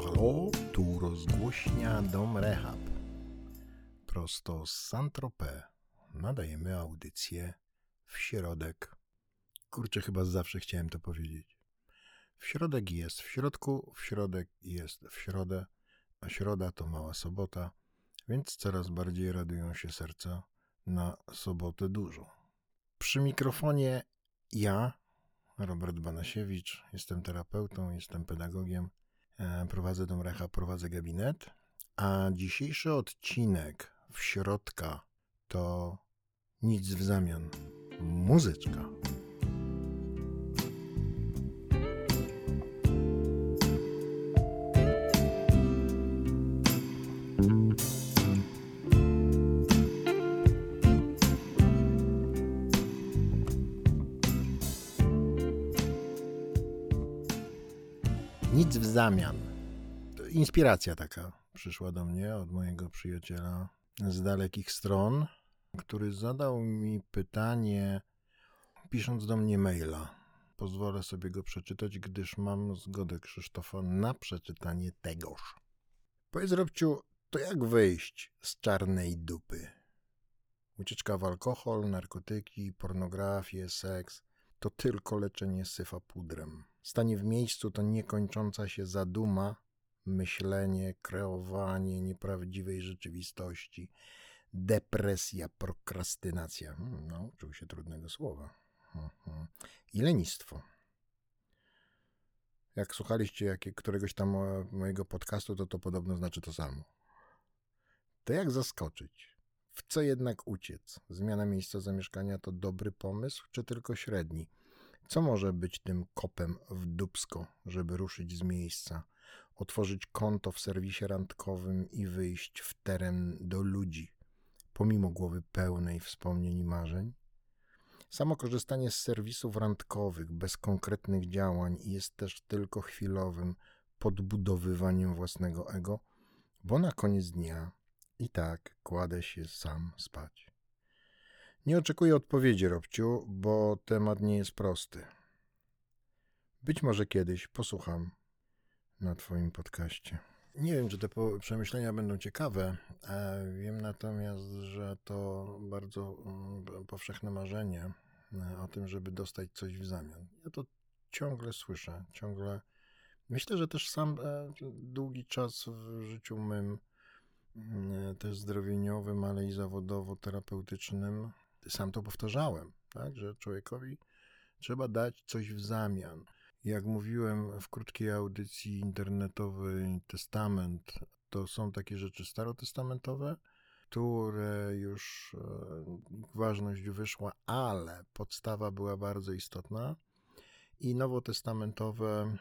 Halo, halo, tu rozgłośnia Dom Rehab. Prosto z Saint-Tropez nadajemy audycję w środek. Kurczę, chyba zawsze chciałem to powiedzieć. W środek jest w środku, w środek jest w środę, a środa to mała sobota, więc coraz bardziej radują się serca na sobotę dużą. Przy mikrofonie ja, Robert Banasiewicz, jestem terapeutą, jestem pedagogiem, prowadzę Dom Rehab, prowadzę gabinet, a dzisiejszy odcinek w środka to nic w zamian, muzyczka. Nic w zamian. To inspiracja taka przyszła do mnie od mojego przyjaciela z dalekich stron, który zadał mi pytanie, pisząc do mnie maila. Pozwolę sobie go przeczytać, gdyż mam zgodę Krzysztofa na przeczytanie tegoż. Powiedz, Robciu, to jak wyjść z czarnej dupy? Ucieczka w alkohol, narkotyki, pornografię, seks to tylko leczenie syfa pudrem. Stanie w miejscu to niekończąca się zaduma, myślenie, kreowanie nieprawdziwej rzeczywistości, depresja, prokrastynacja. Uczył się trudnego słowa. I lenistwo. Jak słuchaliście któregoś tam mojego podcastu, to podobno znaczy to samo. To jak zaskoczyć? W co jednak uciec? Zmiana miejsca zamieszkania to dobry pomysł, czy tylko średni? Co może być tym kopem w dupsko, żeby ruszyć z miejsca, otworzyć konto w serwisie randkowym i wyjść w teren do ludzi, pomimo głowy pełnej wspomnień i marzeń? Samo korzystanie z serwisów randkowych bez konkretnych działań jest też tylko chwilowym podbudowywaniem własnego ego, bo na koniec dnia i tak kładę się sam spać. Nie oczekuję odpowiedzi, Robciu, bo temat nie jest prosty. Być może kiedyś posłucham na twoim podcaście. Nie wiem, czy te przemyślenia będą ciekawe. Wiem natomiast, że to bardzo powszechne marzenie o tym, żeby dostać coś w zamian. Ja to ciągle słyszę, ciągle. Myślę, że też sam długi czas w życiu mym, też zdrowieniowym, ale i zawodowo-terapeutycznym, sam to powtarzałem, tak, że człowiekowi trzeba dać coś w zamian. Jak mówiłem w krótkiej audycji internetowej Testament, to są takie rzeczy starotestamentowe, które już ważność wyszła, ale podstawa była bardzo istotna, i nowotestamentowe,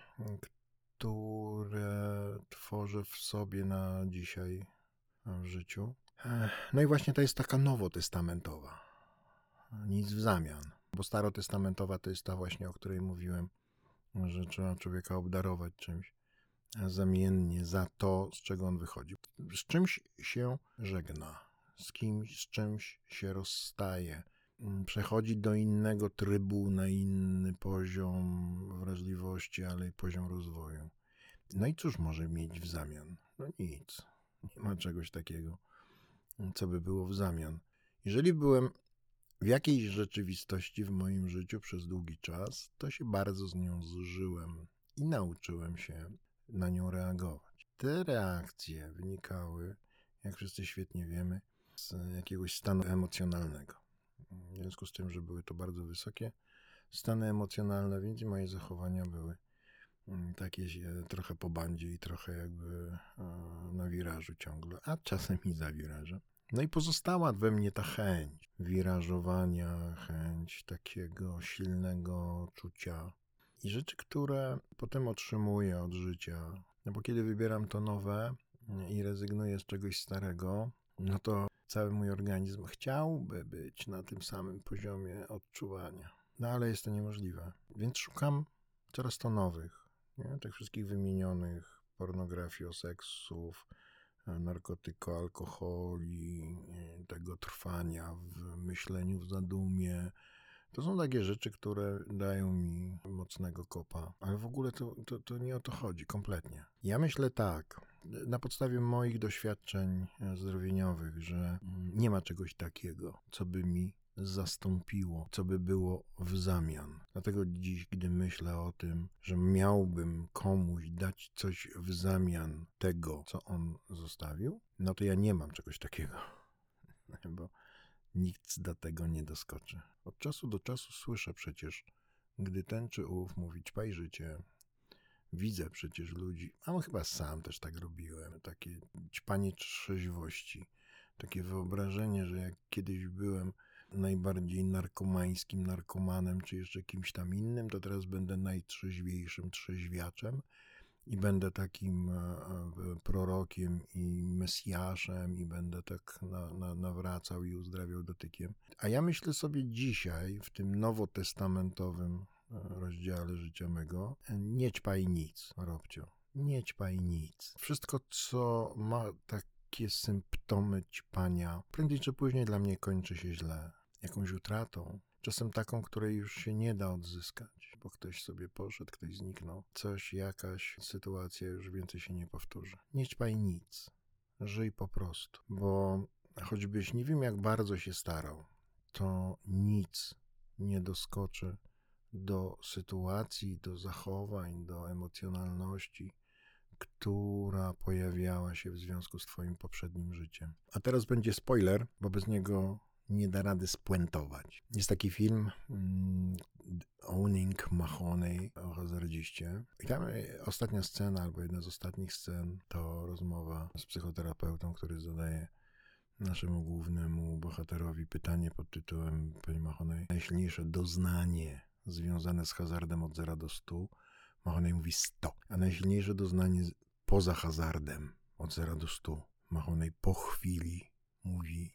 które tworzę w sobie na dzisiaj w życiu. No i właśnie to jest taka nowotestamentowa. Nic w zamian. Bo starotestamentowa to jest ta właśnie, o której mówiłem, że trzeba człowieka obdarować czymś zamiennie za to, z czego on wychodzi. Z czymś się żegna, z czymś się rozstaje, przechodzi do innego trybu, na inny poziom wrażliwości, ale i poziom rozwoju. No i cóż może mieć w zamian? No nic. Nie ma czegoś takiego, co by było w zamian. Jeżeli byłem w jakiejś rzeczywistości w moim życiu przez długi czas, to się bardzo z nią zżyłem i nauczyłem się na nią reagować. Te reakcje wynikały, jak wszyscy świetnie wiemy, z jakiegoś stanu emocjonalnego. W związku z tym, że były to bardzo wysokie stany emocjonalne, więc moje zachowania były takie trochę po bandzie i trochę jakby na wirażu ciągle, a czasem i za wirażem. No i pozostała we mnie ta chęć wirażowania, chęć takiego silnego czucia i rzeczy, które potem otrzymuję od życia. No bo kiedy wybieram to nowe i rezygnuję z czegoś starego, no to cały mój organizm chciałby być na tym samym poziomie odczuwania. No ale jest to niemożliwe. Więc szukam coraz to nowych, nie? Tych wszystkich wymienionych, pornografii, seksów, narkotyku, alkoholi, tego trwania w myśleniu, w zadumie, To są takie rzeczy, które dają mi mocnego kopa, ale w ogóle to nie o to chodzi kompletnie. Ja myślę tak, na podstawie moich doświadczeń zdrowieniowych, że nie ma czegoś takiego, co by mi zastąpiło, co by było w zamian. Dlatego dziś, gdy myślę o tym, że miałbym komuś dać coś w zamian tego, co on zostawił, no to ja nie mam czegoś takiego, bo nikt do tego nie doskoczy. Od czasu do czasu słyszę przecież, gdy ten czy ów mówi ćpaj życie, widzę przecież ludzi, a chyba sam też tak robiłem, takie ćpanie trzeźwości, takie wyobrażenie, że jak kiedyś byłem najbardziej narkomańskim narkomanem, czy jeszcze kimś tam innym, to teraz będę najtrzeźwiejszym trzeźwiaczem i będę takim prorokiem i mesjaszem i będę tak nawracał i uzdrawiał dotykiem. A ja myślę sobie dzisiaj, w tym nowotestamentowym rozdziale życia mego, nie ćpaj nic, Robcio, nie ćpaj nic. Wszystko, co ma takie symptomy ćpania, prędzej czy później dla mnie kończy się źle. Jakąś utratą, czasem taką, której już się nie da odzyskać, bo ktoś sobie poszedł, ktoś zniknął. Coś, jakaś sytuacja już więcej się nie powtórzy. Nie ćpaj nic. Żyj po prostu, bo choćbyś nie wiem jak bardzo się starał, to nic nie doskoczy do sytuacji, do zachowań, do emocjonalności, która pojawiała się w związku z twoim poprzednim życiem. A teraz będzie spoiler, bo bez niego nie da rady spuentować. Jest taki film Owning Mahoney o hazardziście. I tam ostatnia scena, albo jedna z ostatnich scen, to rozmowa z psychoterapeutą, który zadaje naszemu głównemu bohaterowi pytanie pod tytułem: Pani Mahoney, najsilniejsze doznanie związane z hazardem od 0 do 100. Mahoney mówi 100. A najsilniejsze doznanie poza hazardem od 0 do 100. Mahoney po chwili mówi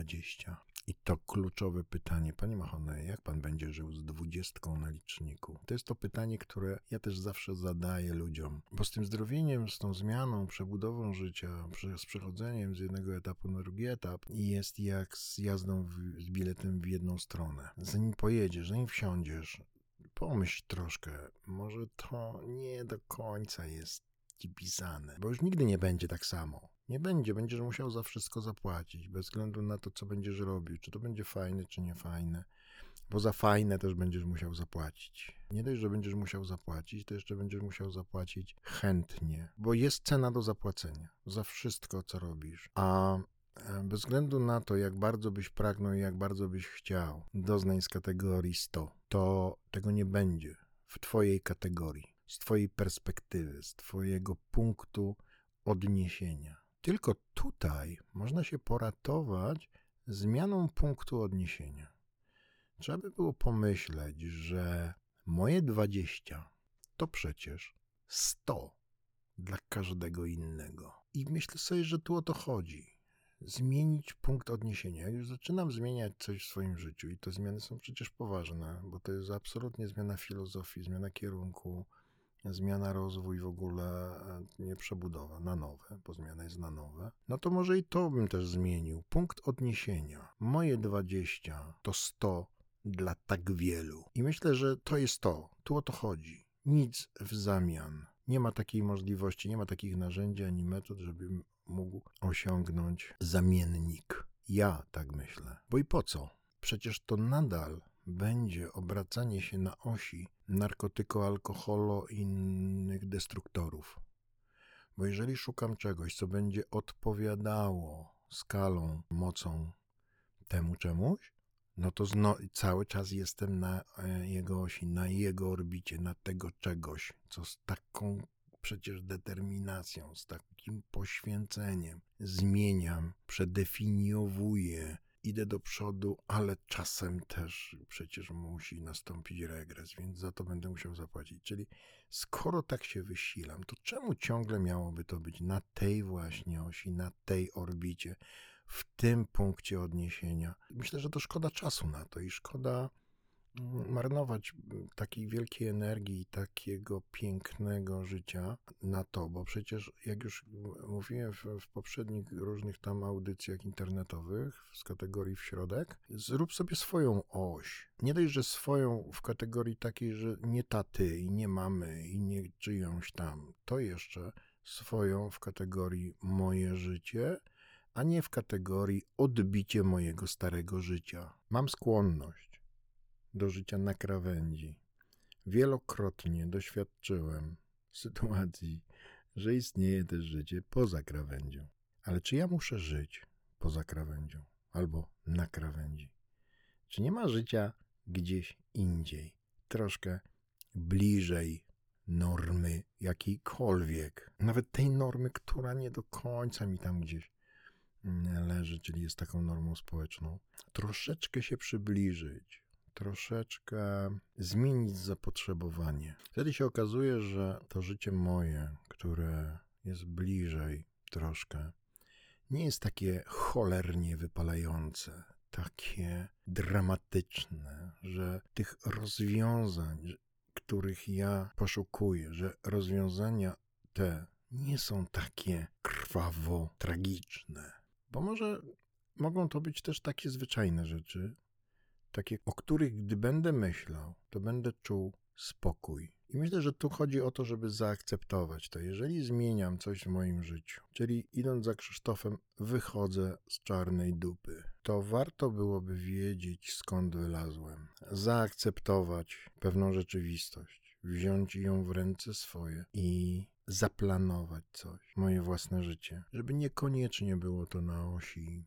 20. I to kluczowe pytanie, Panie Mahoney, jak pan będzie żył z 20 na liczniku? To jest to pytanie, które ja też zawsze zadaję ludziom. Bo z tym zdrowieniem, z tą zmianą, przebudową życia, z przechodzeniem z jednego etapu na drugi etap, jest jak z jazdą z biletem w jedną stronę. Zanim pojedziesz, zanim wsiądziesz, pomyśl troszkę, może to nie do końca jest ci pisane, bo już nigdy nie będzie tak samo. Nie będzie, będziesz musiał za wszystko zapłacić, bez względu na to, co będziesz robił, czy to będzie fajne, czy nie fajne, bo za fajne też będziesz musiał zapłacić. Nie dość, że będziesz musiał zapłacić, to jeszcze będziesz musiał zapłacić chętnie, bo jest cena do zapłacenia za wszystko, co robisz. A bez względu na to, jak bardzo byś pragnął i jak bardzo byś chciał doznań z kategorii 100, to tego nie będzie w twojej kategorii, z twojej perspektywy, z twojego punktu odniesienia. Tylko tutaj można się poratować zmianą punktu odniesienia. Trzeba by było pomyśleć, że moje 20 to przecież 100 dla każdego innego. I myślę sobie, że tu o to chodzi. Zmienić punkt odniesienia. Jak już zaczynam zmieniać coś w swoim życiu i te zmiany są przecież poważne, bo to jest absolutnie zmiana filozofii, zmiana kierunku, zmiana, rozwój w ogóle, nie przebudowa, na nowe, bo zmiana jest na nowe, no to może i to bym też zmienił. Punkt odniesienia. Moje 20 to 100 dla tak wielu. I myślę, że to jest to. Tu o to chodzi. Nic w zamian. Nie ma takiej możliwości, nie ma takich narzędzi ani metod, żebym mógł osiągnąć zamiennik. Ja tak myślę. Bo i po co? Przecież to nadal będzie obracanie się na osi narkotyko, alkoholo i innych destruktorów. Bo jeżeli szukam czegoś, co będzie odpowiadało skalą, mocą temu czemuś, no to cały czas jestem na jego osi, na jego orbicie, na tego czegoś, co z taką przecież determinacją, z takim poświęceniem zmieniam, przedefiniowuję, idę do przodu, ale czasem też przecież musi nastąpić regres, więc za to będę musiał zapłacić. Czyli skoro tak się wysilam, to czemu ciągle miałoby to być na tej właśnie osi, na tej orbicie, w tym punkcie odniesienia? Myślę, że to szkoda czasu na to i szkoda marnować takiej wielkiej energii, takiego pięknego życia na to, bo przecież jak już mówiłem w poprzednich różnych tam audycjach internetowych z kategorii w środek, zrób sobie swoją oś. Nie dość, że swoją w kategorii takiej, że nie taty i nie mamy i nie czyjąś tam, to jeszcze swoją w kategorii moje życie, a nie w kategorii odbicie mojego starego życia. Mam skłonność do życia na krawędzi. Wielokrotnie doświadczyłem sytuacji, że istnieje też życie poza krawędzią. Ale czy ja muszę żyć poza krawędzią albo na krawędzi? Czy nie ma życia gdzieś indziej, troszkę bliżej normy jakiejkolwiek, nawet tej normy, która nie do końca mi tam gdzieś leży, czyli jest taką normą społeczną, troszeczkę się przybliżyć, troszeczkę zmienić zapotrzebowanie. Wtedy się okazuje, że to życie moje, które jest bliżej troszkę, nie jest takie cholernie wypalające, takie dramatyczne, że tych rozwiązań, których ja poszukuję, że rozwiązania te nie są takie krwawo tragiczne. Bo może mogą to być też takie zwyczajne rzeczy, takie, o których gdy będę myślał, to będę czuł spokój. I myślę, że tu chodzi o to, żeby zaakceptować to. Jeżeli zmieniam coś w moim życiu, czyli idąc za Krzysztofem, wychodzę z czarnej dupy, to warto byłoby wiedzieć, skąd wylazłem. Zaakceptować pewną rzeczywistość, wziąć ją w ręce swoje i zaplanować coś, moje własne życie, żeby niekoniecznie było to na osi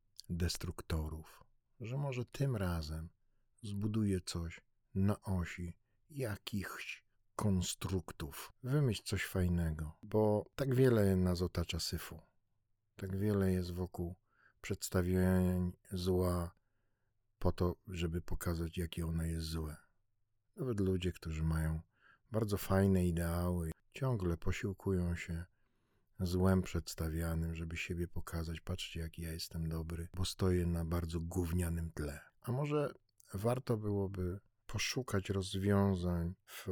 destruktorów, że może tym razem zbuduję coś na osi jakichś konstruktów. Wymyśl coś fajnego, bo tak wiele nas otacza syfu. Tak wiele jest wokół przedstawień zła po to, żeby pokazać, jakie ono jest złe. Nawet ludzie, którzy mają bardzo fajne ideały, ciągle posiłkują się złem przedstawianym, żeby siebie pokazać. Patrzcie, jaki ja jestem dobry, bo stoję na bardzo gównianym tle. A może warto byłoby poszukać rozwiązań w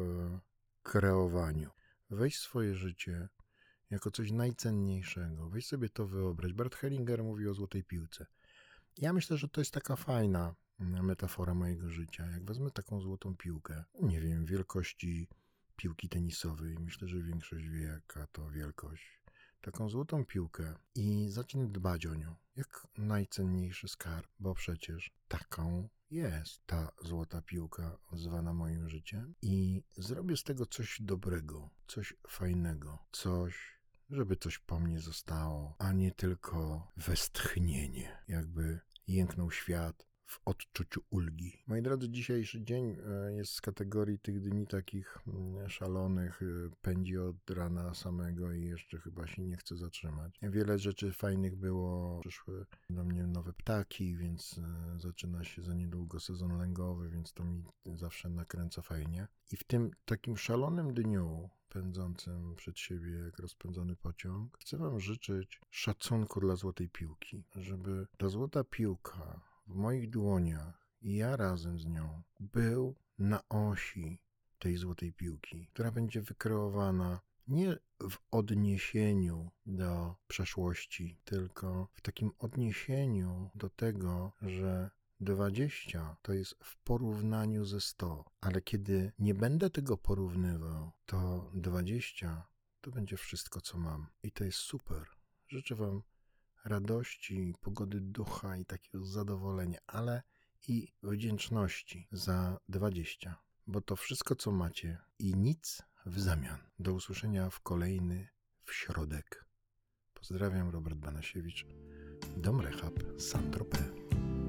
kreowaniu. Wejść w swoje życie jako coś najcenniejszego. Weź sobie to wyobraź. Bert Hellinger mówi o złotej piłce. Ja myślę, że to jest taka fajna metafora mojego życia. Jak wezmę taką złotą piłkę, nie wiem, wielkości piłki tenisowej, myślę, że większość wie, jaka to wielkość, taką złotą piłkę i zacznę dbać o nią jak najcenniejszy skarb, bo przecież taką jest ta złota piłka zwana moim życiem i zrobię z tego coś dobrego, coś fajnego, coś, żeby coś po mnie zostało, a nie tylko westchnienie, jakby jęknął świat w odczuciu ulgi. Moi drodzy, dzisiejszy dzień jest z kategorii tych dni takich szalonych, pędzi od rana samego i jeszcze chyba się nie chce zatrzymać. Wiele rzeczy fajnych było, przyszły do mnie nowe ptaki, więc zaczyna się za niedługo sezon lęgowy, więc to mi zawsze nakręca fajnie. I w tym takim szalonym dniu, pędzącym przed siebie jak rozpędzony pociąg, chcę wam życzyć szacunku dla złotej piłki, żeby ta złota piłka w moich dłoniach i ja razem z nią był na osi tej złotej piłki, która będzie wykreowana nie w odniesieniu do przeszłości, tylko w takim odniesieniu do tego, że 20 to jest w porównaniu ze 100, ale kiedy nie będę tego porównywał, to 20 to będzie wszystko, co mam. I to jest super. Życzę wam radości, pogody ducha i takiego zadowolenia, ale i wdzięczności za 20, bo to wszystko, co macie i nic w zamian. Do usłyszenia w kolejny w środek. Pozdrawiam, Robert Banasiewicz, Dom Rehab, Saint-Tropez.